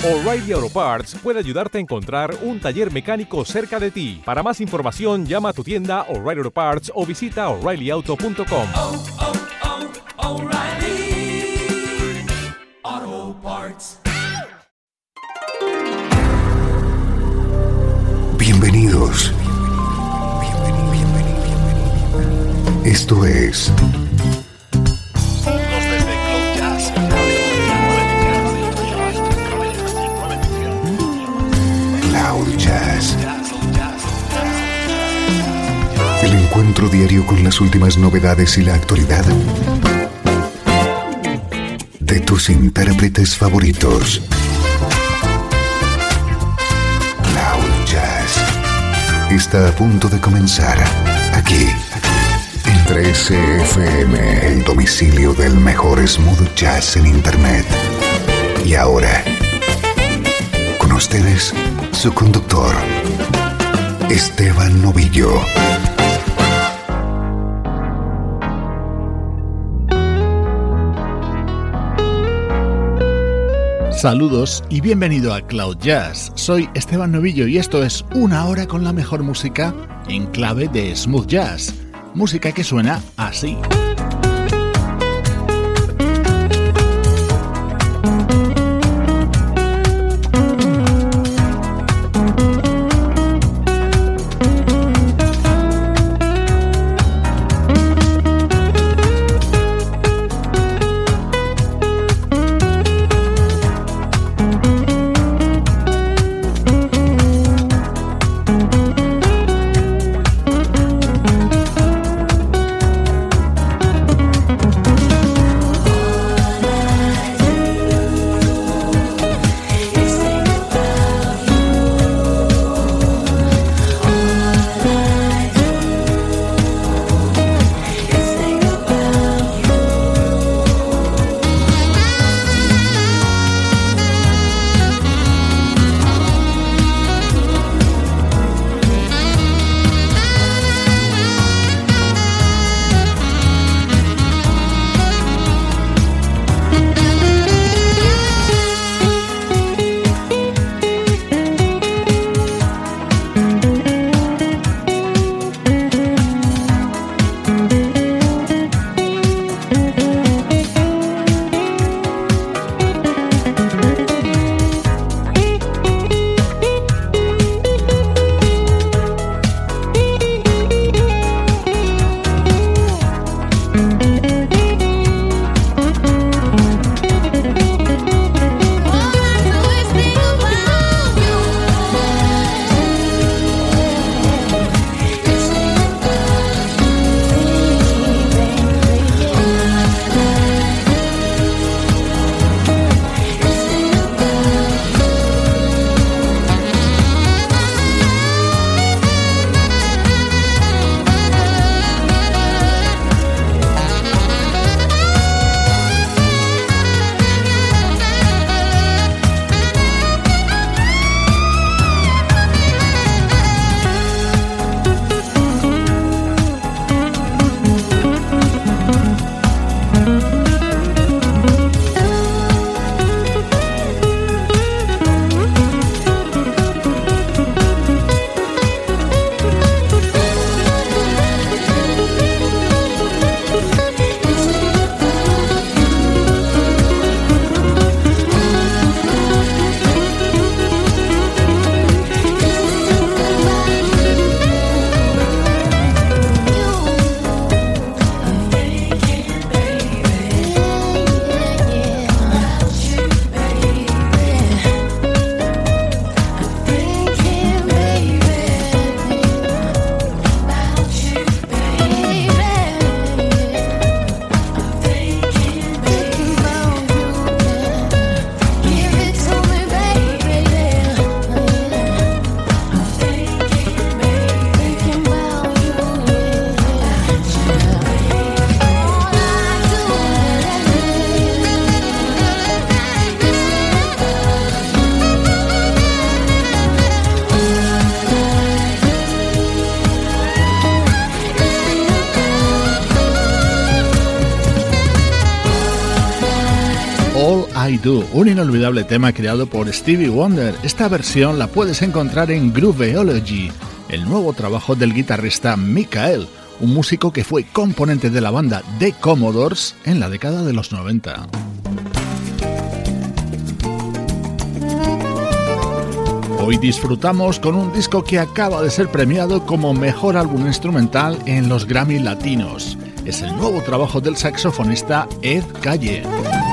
O'Reilly Auto Parts puede ayudarte a encontrar un taller mecánico cerca de ti. Para más información, llama a tu tienda O'Reilly Auto Parts o visita O'ReillyAuto.com. O'Reilly Auto Parts. Bienvenidos. Esto es Cloud Jazz. El encuentro diario con las últimas novedades y la actualidad de tus intérpretes favoritos. Cloud Jazz está a punto de comenzar aquí en 13 FM, el domicilio del mejor smooth jazz en internet. Y ahora, con ustedes, su conductor, Esteban Novillo. Saludos y bienvenido a Cloud Jazz. Soy Esteban Novillo y esto es una hora con la mejor música en clave de smooth jazz. Música que suena así. Do, un inolvidable tema creado por Stevie Wonder. Esta versión la puedes encontrar en Grooveology, el nuevo trabajo del guitarrista Michael, un músico que fue componente de la banda The Commodores en la década de los 90. Hoy disfrutamos con un disco que acaba de ser premiado como mejor álbum instrumental en los Grammy Latinos. Es el nuevo trabajo del saxofonista Ed Calle.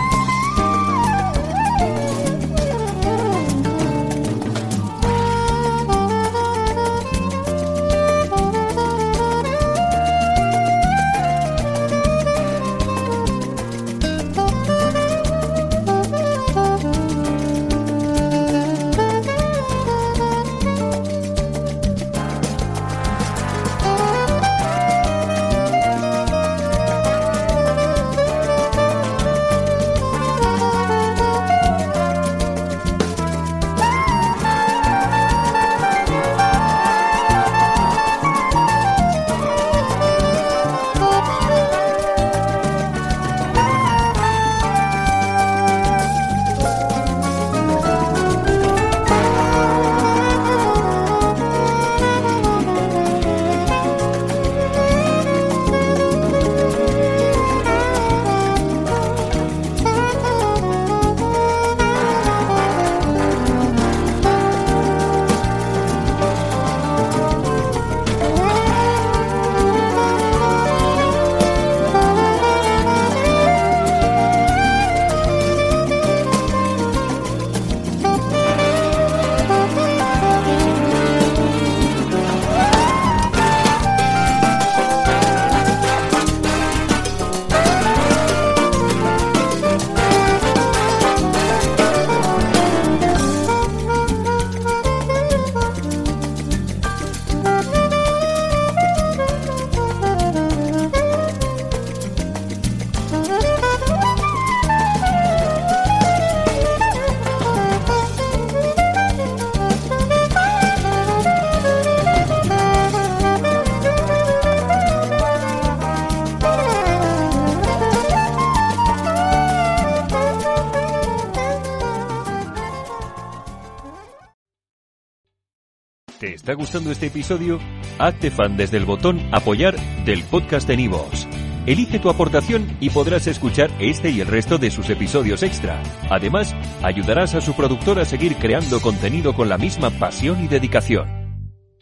¿Te está gustando este episodio? Hazte fan desde el botón Apoyar del podcast de Nivos. Elige tu aportación y podrás escuchar este y el resto de sus episodios extra. Además, ayudarás a su productor a seguir creando contenido con la misma pasión y dedicación.